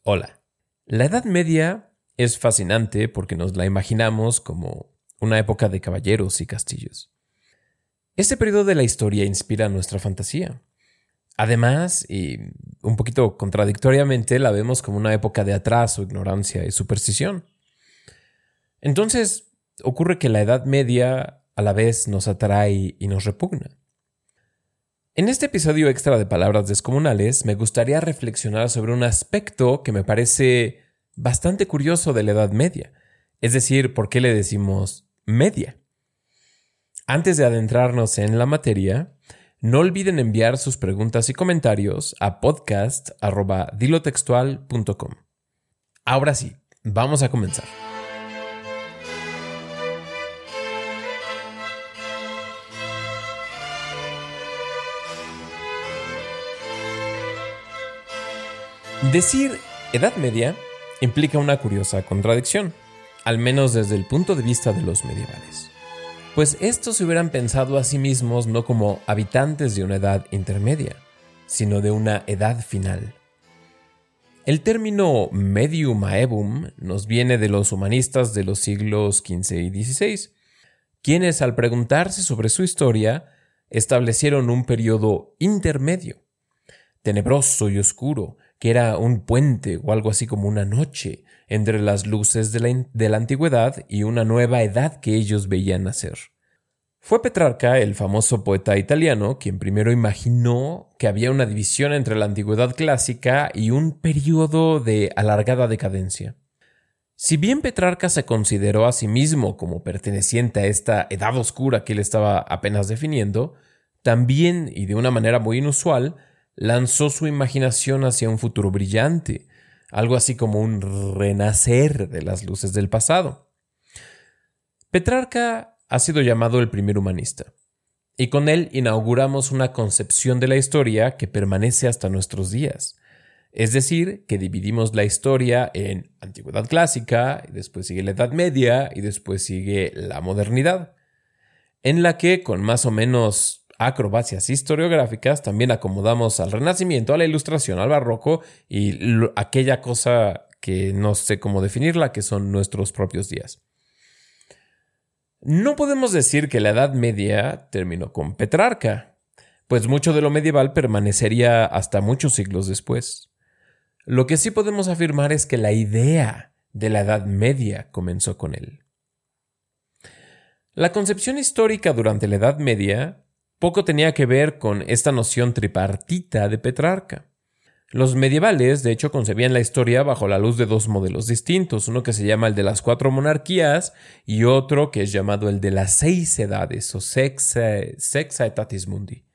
Hola. La Edad Media es fascinante porque nos la imaginamos como una época de caballeros y castillos. Este periodo de la historia inspira nuestra fantasía. Además, y un poquito contradictoriamente, la vemos como una época de atraso, ignorancia y superstición. Entonces, ocurre que la Edad Media a la vez nos atrae y nos repugna. En este episodio extra de Palabras Descomunales me gustaría reflexionar sobre un aspecto que me parece bastante curioso de la Edad Media, es decir, ¿por qué le decimos media? Antes de adentrarnos en la materia, no olviden enviar sus preguntas y comentarios a podcast@dilotextual.com. Ahora sí, vamos a comenzar. Decir Edad Media implica una curiosa contradicción, al menos desde el punto de vista de los medievales. Pues estos se hubieran pensado a sí mismos no como habitantes de una edad intermedia, sino de una edad final. El término medium aevum nos viene de los humanistas de los siglos XV y XVI, quienes al preguntarse sobre su historia establecieron un periodo intermedio, tenebroso y oscuro, que era un puente o algo así como una noche entre las luces de la antigüedad y una nueva edad que ellos veían nacer. Fue Petrarca, el famoso poeta italiano, quien primero imaginó que había una división entre la antigüedad clásica y un periodo de alargada decadencia. Si bien Petrarca se consideró a sí mismo como perteneciente a esta edad oscura que él estaba apenas definiendo, también, y de una manera muy inusual, lanzó su imaginación hacia un futuro brillante, algo así como un renacer de las luces del pasado. Petrarca ha sido llamado el primer humanista, y con él inauguramos una concepción de la historia que permanece hasta nuestros días. Es decir, que dividimos la historia en antigüedad clásica, y después sigue la Edad Media, y después sigue la modernidad, en la que, con más o menos acrobacias historiográficas, también acomodamos al Renacimiento, a la Ilustración, al Barroco y aquella cosa que no sé cómo definirla, que son nuestros propios días. No podemos decir que la Edad Media terminó con Petrarca, pues mucho de lo medieval permanecería hasta muchos siglos después. Lo que sí podemos afirmar es que la idea de la Edad Media comenzó con él. La concepción histórica durante la Edad Media poco tenía que ver con esta noción tripartita de Petrarca. Los medievales, de hecho, concebían la historia bajo la luz de dos modelos distintos, uno que se llama el de las 4 monarquías y otro que es llamado el de las 6 edades o sexa aetatis mundi.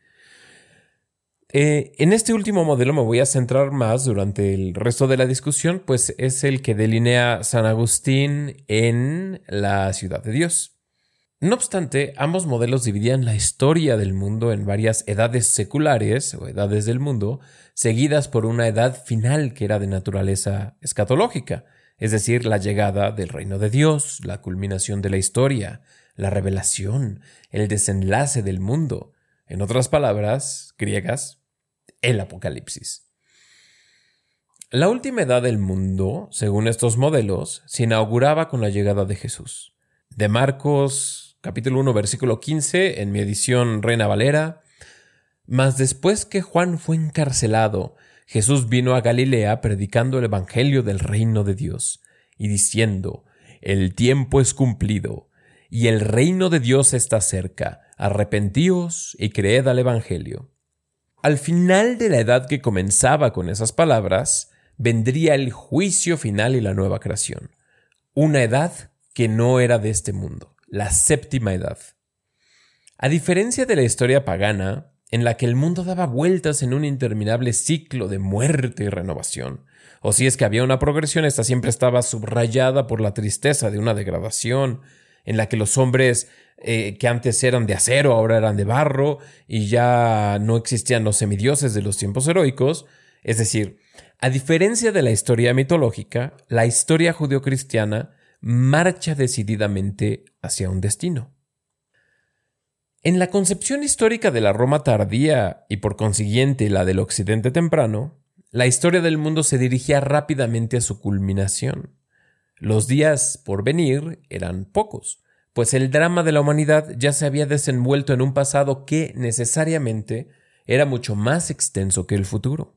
En este último modelo me voy a centrar más durante el resto de la discusión, pues es el que delinea San Agustín en La Ciudad de Dios. No obstante, ambos modelos dividían la historia del mundo en varias edades seculares o edades del mundo, seguidas por una edad final que era de naturaleza escatológica, es decir, la llegada del reino de Dios, la culminación de la historia, la revelación, el desenlace del mundo, en otras palabras griegas, el Apocalipsis. La última edad del mundo, según estos modelos, se inauguraba con la llegada de Jesús. De Marcos capítulo 1, versículo 15, en mi edición Reina Valera. Mas después que Juan fue encarcelado, Jesús vino a Galilea predicando el evangelio del reino de Dios y diciendo: el tiempo es cumplido y el reino de Dios está cerca. Arrepentíos y creed al evangelio. Al final de la edad que comenzaba con esas palabras, vendría el juicio final y la nueva creación. Una edad que no era de este mundo. La séptima edad. A diferencia de la historia pagana, en la que el mundo daba vueltas en un interminable ciclo de muerte y renovación, o si es que había una progresión, esta siempre estaba subrayada por la tristeza de una degradación, en la que los hombres que antes eran de acero ahora eran de barro, y ya no existían los semidioses de los tiempos heroicos. Es decir, a diferencia de la historia mitológica, la historia judeocristiana marcha decididamente hacia un destino. En la concepción histórica de la Roma tardía y por consiguiente la del Occidente temprano, la historia del mundo se dirigía rápidamente a su culminación. Los días por venir eran pocos, pues el drama de la humanidad ya se había desenvuelto en un pasado que, necesariamente, era mucho más extenso que el futuro.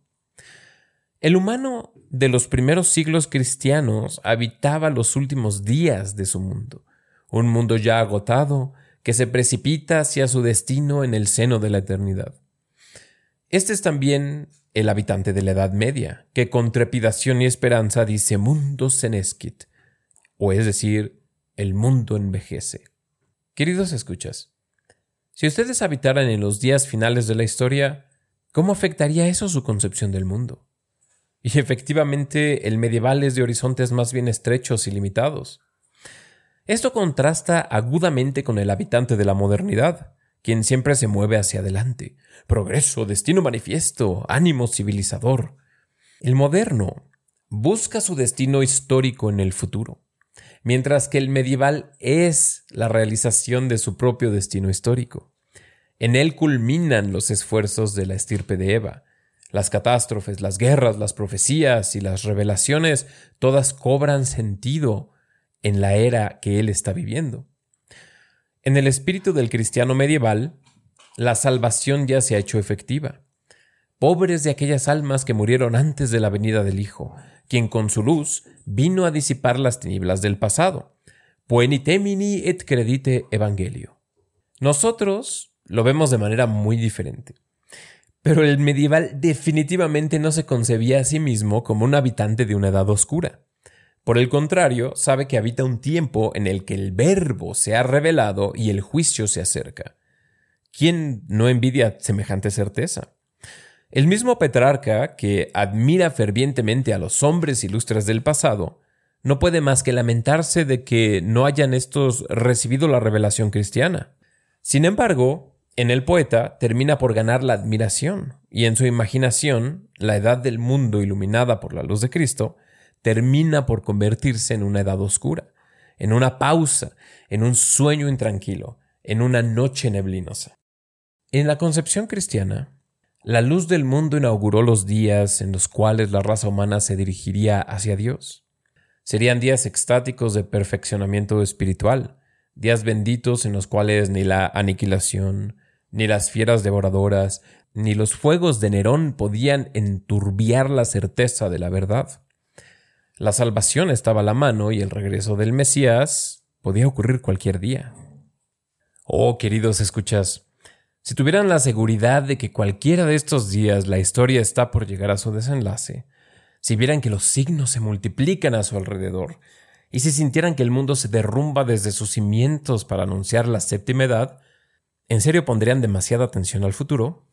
El humano de los primeros siglos cristianos habitaba los últimos días de su mundo, un mundo ya agotado que se precipita hacia su destino en el seno de la eternidad. Este es también el habitante de la Edad Media, que con trepidación y esperanza dice mundo senescit, o es decir, el mundo envejece. Queridos escuchas, si ustedes habitaran en los días finales de la historia, ¿cómo afectaría eso su concepción del mundo? Y efectivamente, el medieval es de horizontes más bien estrechos y limitados. Esto contrasta agudamente con el habitante de la modernidad, quien siempre se mueve hacia adelante. Progreso, destino manifiesto, ánimo civilizador. El moderno busca su destino histórico en el futuro, mientras que el medieval es la realización de su propio destino histórico. En él culminan los esfuerzos de la estirpe de Eva. Las catástrofes, las guerras, las profecías y las revelaciones, todas cobran sentido en la era que él está viviendo. En el espíritu del cristiano medieval, la salvación ya se ha hecho efectiva. Pobres de aquellas almas que murieron antes de la venida del Hijo, quien con su luz vino a disipar las tinieblas del pasado. Poenitemini et credite evangelio. Nosotros lo vemos de manera muy diferente. Pero el medieval definitivamente no se concebía a sí mismo como un habitante de una edad oscura. Por el contrario, sabe que habita un tiempo en el que el Verbo se ha revelado y el juicio se acerca. ¿Quién no envidia semejante certeza? El mismo Petrarca, que admira fervientemente a los hombres ilustres del pasado, no puede más que lamentarse de que no hayan estos recibido la revelación cristiana. Sin embargo, en el poeta termina por ganar la admiración, y en su imaginación, la edad del mundo iluminada por la luz de Cristo termina por convertirse en una edad oscura, en una pausa, en un sueño intranquilo, en una noche neblinosa. En la concepción cristiana, la luz del mundo inauguró los días en los cuales la raza humana se dirigiría hacia Dios. Serían días extáticos de perfeccionamiento espiritual, días benditos en los cuales ni la aniquilación, ni las fieras devoradoras, ni los fuegos de Nerón podían enturbiar la certeza de la verdad. La salvación estaba a la mano y el regreso del Mesías podía ocurrir cualquier día. Oh, queridos escuchas, si tuvieran la seguridad de que cualquiera de estos días la historia está por llegar a su desenlace, si vieran que los signos se multiplican a su alrededor, y si sintieran que el mundo se derrumba desde sus cimientos para anunciar la séptima edad, ¿en serio pondrían demasiada atención al futuro?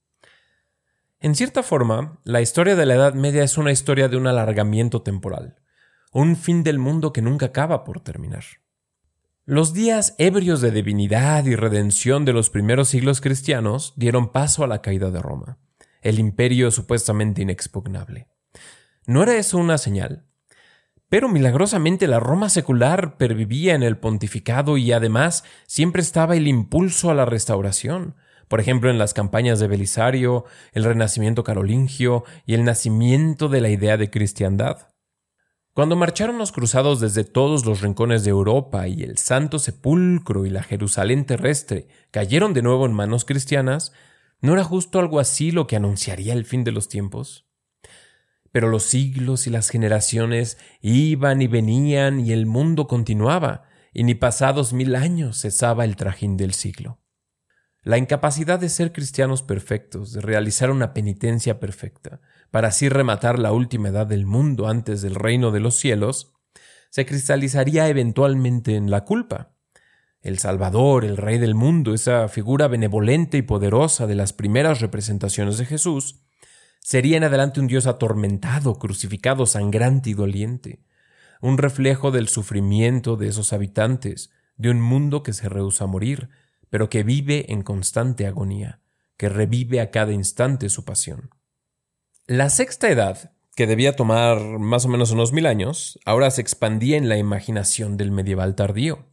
En cierta forma, la historia de la Edad Media es una historia de un alargamiento temporal, un fin del mundo que nunca acaba por terminar. Los días ebrios de divinidad y redención de los primeros siglos cristianos dieron paso a la caída de Roma, el imperio supuestamente inexpugnable. ¿No era eso una señal? Pero milagrosamente la Roma secular pervivía en el pontificado y además siempre estaba el impulso a la restauración, por ejemplo en las campañas de Belisario, el renacimiento carolingio y el nacimiento de la idea de cristiandad. Cuando marcharon los cruzados desde todos los rincones de Europa y el Santo Sepulcro y la Jerusalén terrestre cayeron de nuevo en manos cristianas, ¿no era justo algo así lo que anunciaría el fin de los tiempos? Pero los siglos y las generaciones iban y venían y el mundo continuaba, y ni pasados 1000 años cesaba el trajín del siglo. La incapacidad de ser cristianos perfectos, de realizar una penitencia perfecta, para así rematar la última edad del mundo antes del reino de los cielos, se cristalizaría eventualmente en la culpa. El Salvador, el Rey del mundo, esa figura benevolente y poderosa de las primeras representaciones de Jesús, sería en adelante un Dios atormentado, crucificado, sangrante y doliente, un reflejo del sufrimiento de esos habitantes, de un mundo que se rehúsa a morir, pero que vive en constante agonía, que revive a cada instante su pasión. La sexta edad, que debía tomar más o menos unos 1000 años, ahora se expandía en la imaginación del medieval tardío.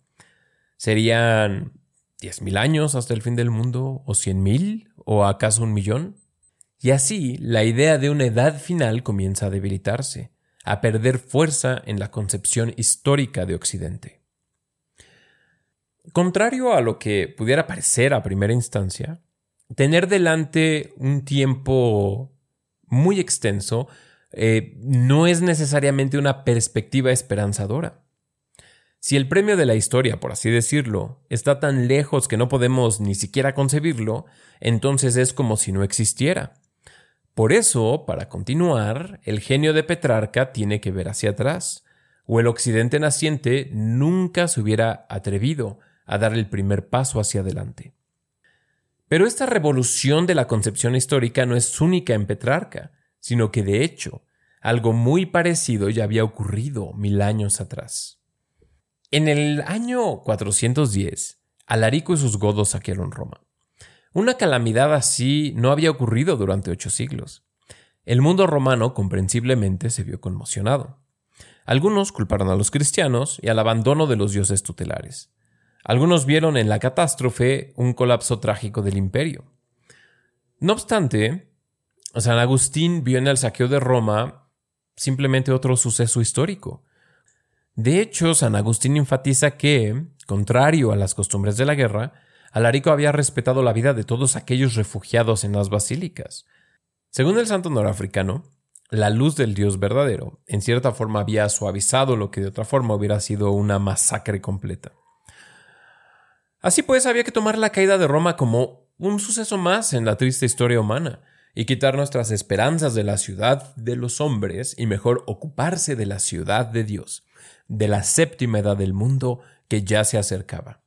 ¿Serían 10.000 años hasta el fin del mundo? ¿O 100.000? ¿O acaso 1.000.000? y así la idea de una edad final comienza a debilitarse, a perder fuerza en la concepción histórica de Occidente. Contrario a lo que pudiera parecer a primera instancia, tener delante un tiempo muy extenso no es necesariamente una perspectiva esperanzadora. Si el premio de la historia, por así decirlo, está tan lejos que no podemos ni siquiera concebirlo, entonces es como si no existiera. Por eso, para continuar, el genio de Petrarca tiene que ver hacia atrás, o el occidente naciente nunca se hubiera atrevido a dar el primer paso hacia adelante. Pero esta revolución de la concepción histórica no es única en Petrarca, sino que de hecho, algo muy parecido ya había ocurrido 1000 años atrás. En el año 410, Alarico y sus godos saquearon Roma. Una calamidad así no había ocurrido durante 8 siglos. El mundo romano comprensiblemente se vio conmocionado. Algunos culparon a los cristianos y al abandono de los dioses tutelares. Algunos vieron en la catástrofe un colapso trágico del imperio. No obstante, San Agustín vio en el saqueo de Roma simplemente otro suceso histórico. De hecho, San Agustín enfatiza que, contrario a las costumbres de la guerra, Alarico había respetado la vida de todos aquellos refugiados en las basílicas. Según el santo norafricano, la luz del Dios verdadero en cierta forma había suavizado lo que de otra forma hubiera sido una masacre completa. Así pues, había que tomar la caída de Roma como un suceso más en la triste historia humana y quitar nuestras esperanzas de la ciudad de los hombres y mejor ocuparse de la ciudad de Dios, de la séptima edad del mundo que ya se acercaba.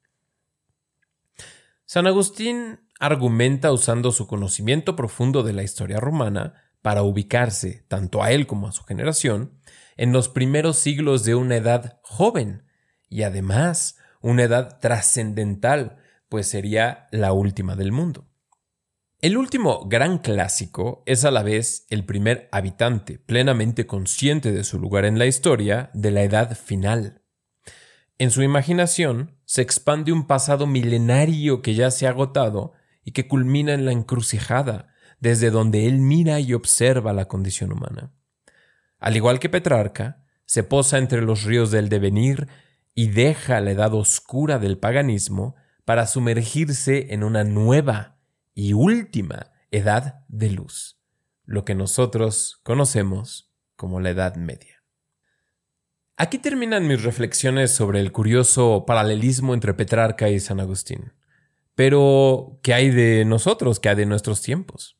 San Agustín argumenta usando su conocimiento profundo de la historia romana para ubicarse, tanto a él como a su generación, en los primeros siglos de una edad joven y además una edad trascendental, pues sería la última del mundo. El último gran clásico es a la vez el primer habitante plenamente consciente de su lugar en la historia de la edad final. En su imaginación se expande un pasado milenario que ya se ha agotado y que culmina en la encrucijada, desde donde él mira y observa la condición humana. Al igual que Petrarca, se posa entre los ríos del devenir y deja la edad oscura del paganismo para sumergirse en una nueva y última edad de luz, lo que nosotros conocemos como la Edad Media. Aquí terminan mis reflexiones sobre el curioso paralelismo entre Petrarca y San Agustín. Pero, ¿qué hay de nosotros? ¿Qué hay de nuestros tiempos?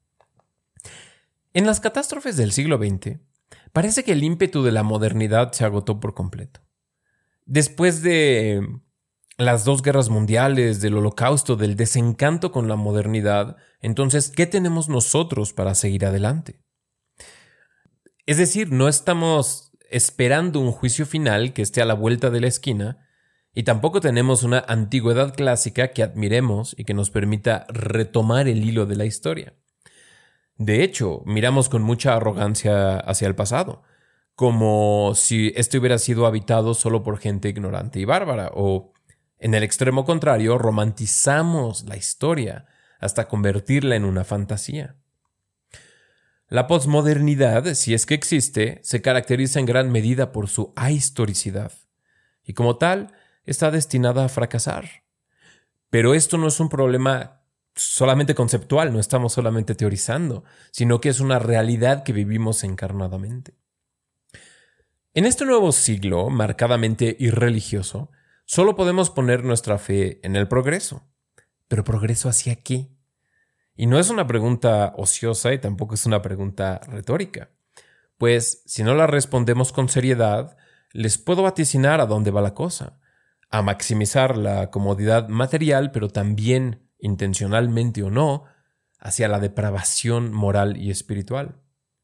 En las catástrofes del siglo XX, parece que el ímpetu de la modernidad se agotó por completo. Después de las 2 guerras mundiales, del Holocausto, del desencanto con la modernidad, entonces, ¿qué tenemos nosotros para seguir adelante? Es decir, no estamos esperando un juicio final que esté a la vuelta de la esquina y tampoco tenemos una antigüedad clásica que admiremos y que nos permita retomar el hilo de la historia. De hecho, miramos con mucha arrogancia hacia el pasado, como si este hubiera sido habitado solo por gente ignorante y bárbara, o, en el extremo contrario, romantizamos la historia hasta convertirla en una fantasía. La posmodernidad, si es que existe, se caracteriza en gran medida por su ahistoricidad, y como tal, está destinada a fracasar. Pero esto no es un problema solamente conceptual, no estamos solamente teorizando, sino que es una realidad que vivimos encarnadamente. En este nuevo siglo, marcadamente irreligioso, solo podemos poner nuestra fe en el progreso. ¿Pero progreso hacia qué? Y no es una pregunta ociosa y tampoco es una pregunta retórica. Pues si no la respondemos con seriedad, les puedo vaticinar a dónde va la cosa. A maximizar la comodidad material, pero también, intencionalmente o no, hacia la depravación moral y espiritual.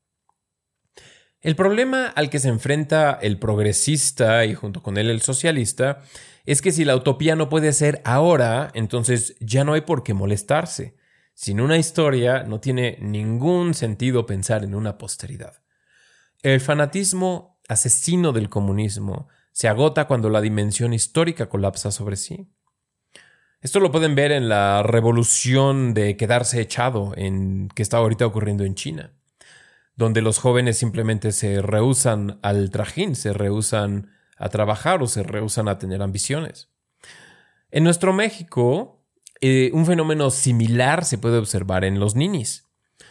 El problema al que se enfrenta el progresista y junto con él el socialista es que si la utopía no puede ser ahora, entonces ya no hay por qué molestarse. Sin una historia no tiene ningún sentido pensar en una posteridad. El fanatismo asesino del comunismo se agota cuando la dimensión histórica colapsa sobre sí. Esto lo pueden ver en la revolución de quedarse echado que está ahorita ocurriendo en China, donde los jóvenes simplemente se rehúsan al trajín, se rehúsan a trabajar o se rehúsan a tener ambiciones. En nuestro México, un fenómeno similar se puede observar en los ninis.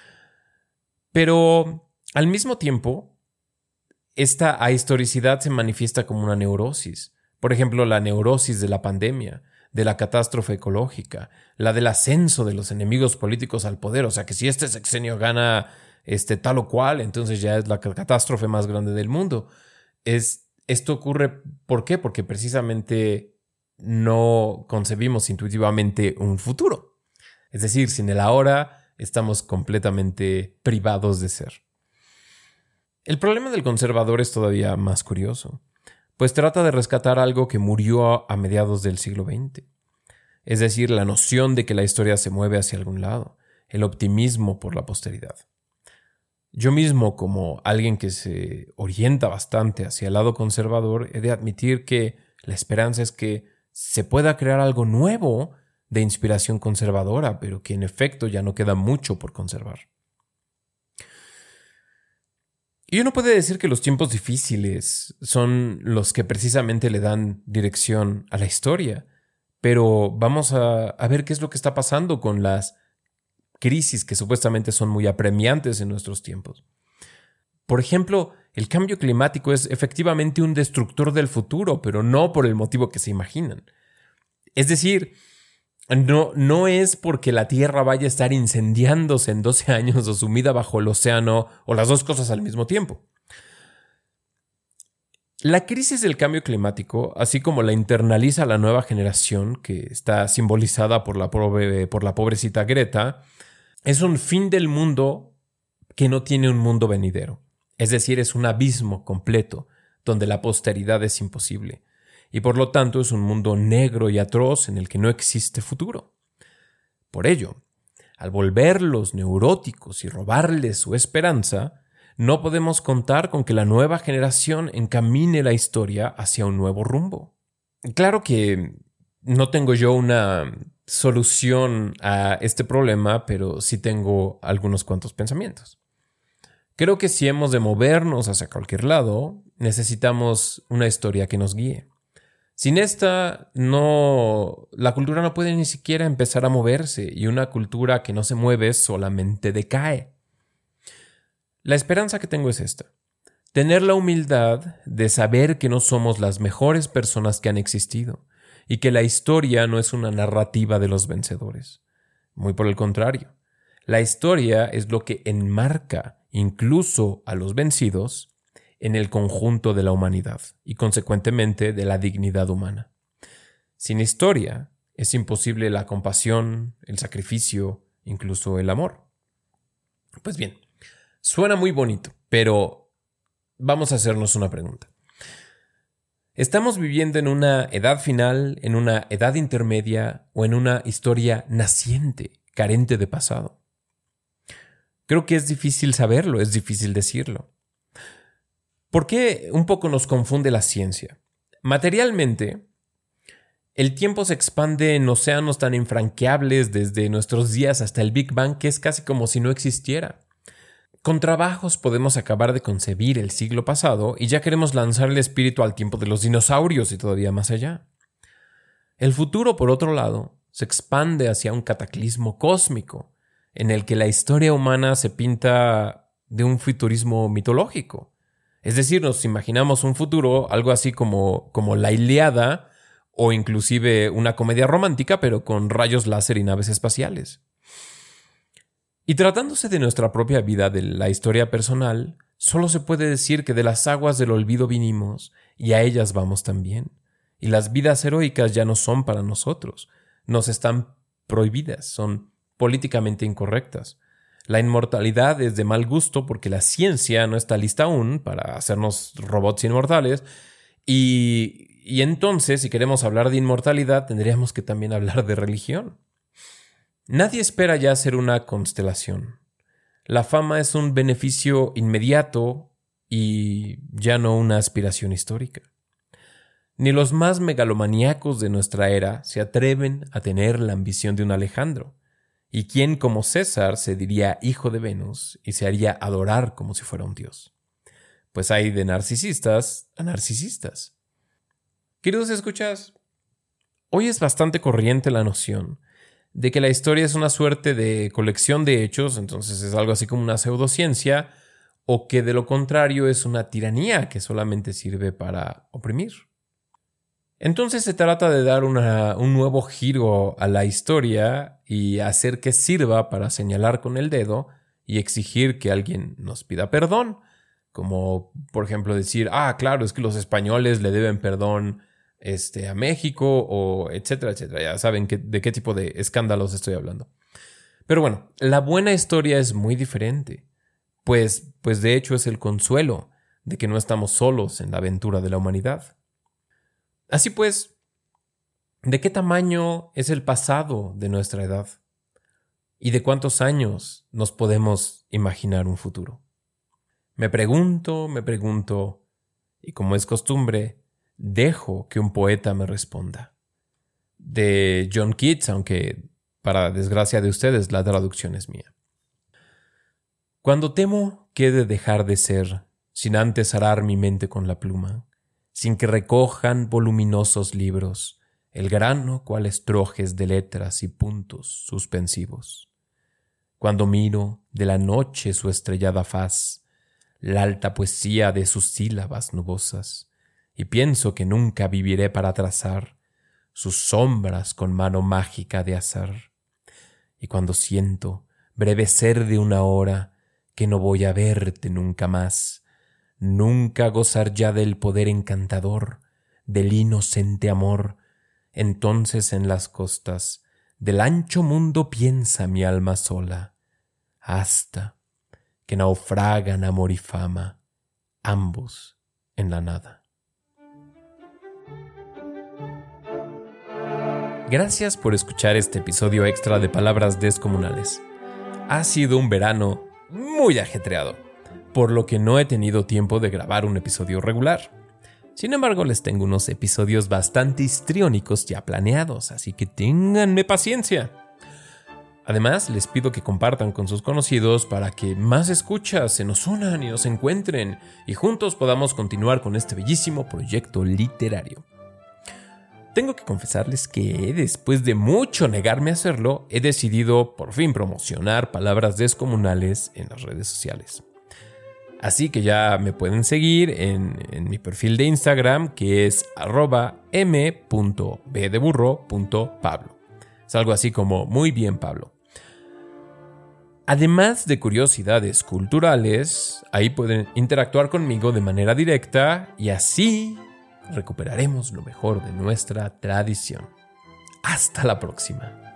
Pero al mismo tiempo, esta ahistoricidad se manifiesta como una neurosis. Por ejemplo, la neurosis de la pandemia, de la catástrofe ecológica, la del ascenso de los enemigos políticos al poder. O sea, que si este sexenio gana tal o cual, entonces ya es la catástrofe más grande del mundo. Esto ocurre, ¿por qué? Porque precisamente no concebimos intuitivamente un futuro. Es decir, sin el ahora estamos completamente privados de ser. El problema del conservador es todavía más curioso, pues trata de rescatar algo que murió a mediados del siglo XX. Es decir, la noción de que la historia se mueve hacia algún lado, el optimismo por la posteridad. Yo mismo, como alguien que se orienta bastante hacia el lado conservador, he de admitir que la esperanza es que se pueda crear algo nuevo de inspiración conservadora, pero que en efecto ya no queda mucho por conservar. Y uno puede decir que los tiempos difíciles son los que precisamente le dan dirección a la historia, pero vamos a ver qué es lo que está pasando con las crisis que supuestamente son muy apremiantes en nuestros tiempos. Por ejemplo, el cambio climático es efectivamente un destructor del futuro, pero no por el motivo que se imaginan. Es decir, no es porque la Tierra vaya a estar incendiándose en 12 años o sumida bajo el océano o las dos cosas al mismo tiempo. La crisis del cambio climático, así como la internaliza la nueva generación, que está simbolizada por la pobrecita Greta, es un fin del mundo que no tiene un mundo venidero. Es decir, es un abismo completo, donde la posteridad es imposible. Y por lo tanto es un mundo negro y atroz en el que no existe futuro. Por ello, al volverlos neuróticos y robarles su esperanza, no podemos contar con que la nueva generación encamine la historia hacia un nuevo rumbo. Claro que no tengo yo una solución a este problema, pero sí tengo algunos cuantos pensamientos. Creo que si hemos de movernos hacia cualquier lado, necesitamos una historia que nos guíe. Sin esta, la cultura no puede ni siquiera empezar a moverse, y una cultura que no se mueve solamente decae. La esperanza que tengo es esta: tener la humildad de saber que no somos las mejores personas que han existido, y que la historia no es una narrativa de los vencedores. Muy por el contrario, la historia es lo que enmarca incluso a los vencidos en el conjunto de la humanidad y consecuentemente de la dignidad humana. Sin historia es imposible la compasión, el sacrificio, incluso el amor. Pues bien, suena muy bonito, pero vamos a hacernos una pregunta. ¿Estamos viviendo en una edad final, en una edad intermedia o en una historia naciente, carente de pasado? Creo que es difícil saberlo, es difícil decirlo. ¿Por qué un poco nos confunde la ciencia? Materialmente, el tiempo se expande en océanos tan infranqueables desde nuestros días hasta el Big Bang que es casi como si no existiera. Con trabajos podemos acabar de concebir el siglo pasado y ya queremos lanzar el espíritu al tiempo de los dinosaurios y todavía más allá. El futuro, por otro lado, se expande hacia un cataclismo cósmico, en el que la historia humana se pinta de un futurismo mitológico. Es decir, nos imaginamos un futuro algo así como la Ilíada o inclusive una comedia romántica, pero con rayos láser y naves espaciales. Y tratándose de nuestra propia vida, de la historia personal, solo se puede decir que de las aguas del olvido vinimos y a ellas vamos también. Y las vidas heroicas ya no son para nosotros, nos están prohibidas, son políticamente incorrectas. La inmortalidad es de mal gusto porque la ciencia no está lista aún para hacernos robots inmortales y entonces, si queremos hablar de inmortalidad, tendríamos que también hablar de religión. Nadie espera ya ser una constelación. La fama es un beneficio inmediato y ya no una aspiración histórica. Ni los más megalomaníacos de nuestra era se atreven a tener la ambición de un Alejandro. ¿Y quién como César se diría hijo de Venus y se haría adorar como si fuera un dios? Pues hay de narcisistas a narcisistas. Queridos escuchas, hoy es bastante corriente la noción de que la historia es una suerte de colección de hechos, entonces es algo así como una pseudociencia, o que de lo contrario es una tiranía que solamente sirve para oprimir. Entonces se trata de dar un nuevo giro a la historia y hacer que sirva para señalar con el dedo y exigir que alguien nos pida perdón, como por ejemplo decir, claro, es que los españoles le deben perdón a México, o etcétera, etcétera. Ya saben de qué tipo de escándalos estoy hablando. Pero bueno, la buena historia es muy diferente, pues de hecho es el consuelo de que no estamos solos en la aventura de la humanidad. Así pues, ¿de qué tamaño es el pasado de nuestra edad? ¿Y de cuántos años nos podemos imaginar un futuro? Me pregunto, y como es costumbre, dejo que un poeta me responda. De John Keats, aunque para desgracia de ustedes la traducción es mía. Cuando temo que he de dejar de ser, sin antes arar mi mente con la pluma, sin que recojan voluminosos libros el grano cual estrojes de letras y puntos suspensivos. Cuando miro de la noche su estrellada faz, la alta poesía de sus sílabas nubosas, y pienso que nunca viviré para trazar sus sombras con mano mágica de azar. Y cuando siento, breve ser de una hora, que no voy a verte nunca más, nunca gozar ya del poder encantador, del inocente amor, entonces en las costas del ancho mundo piensa mi alma sola, hasta que naufragan amor y fama, ambos en la nada. Gracias por escuchar este episodio extra de Palabras Descomunales. Ha sido un verano muy ajetreado, por lo que no he tenido tiempo de grabar un episodio regular. Sin embargo, les tengo unos episodios bastante histriónicos ya planeados, así que ténganme paciencia. Además, les pido que compartan con sus conocidos para que más escuchas se nos unan y nos encuentren y juntos podamos continuar con este bellísimo proyecto literario. Tengo que confesarles que después de mucho negarme a hacerlo, he decidido por fin promocionar Palabras Descomunales en las redes sociales. Así que ya me pueden seguir en mi perfil de Instagram, que es @m.bdeburro.pablo. Es algo así como muy bien, Pablo. Además de curiosidades culturales, ahí pueden interactuar conmigo de manera directa y así recuperaremos lo mejor de nuestra tradición. Hasta la próxima.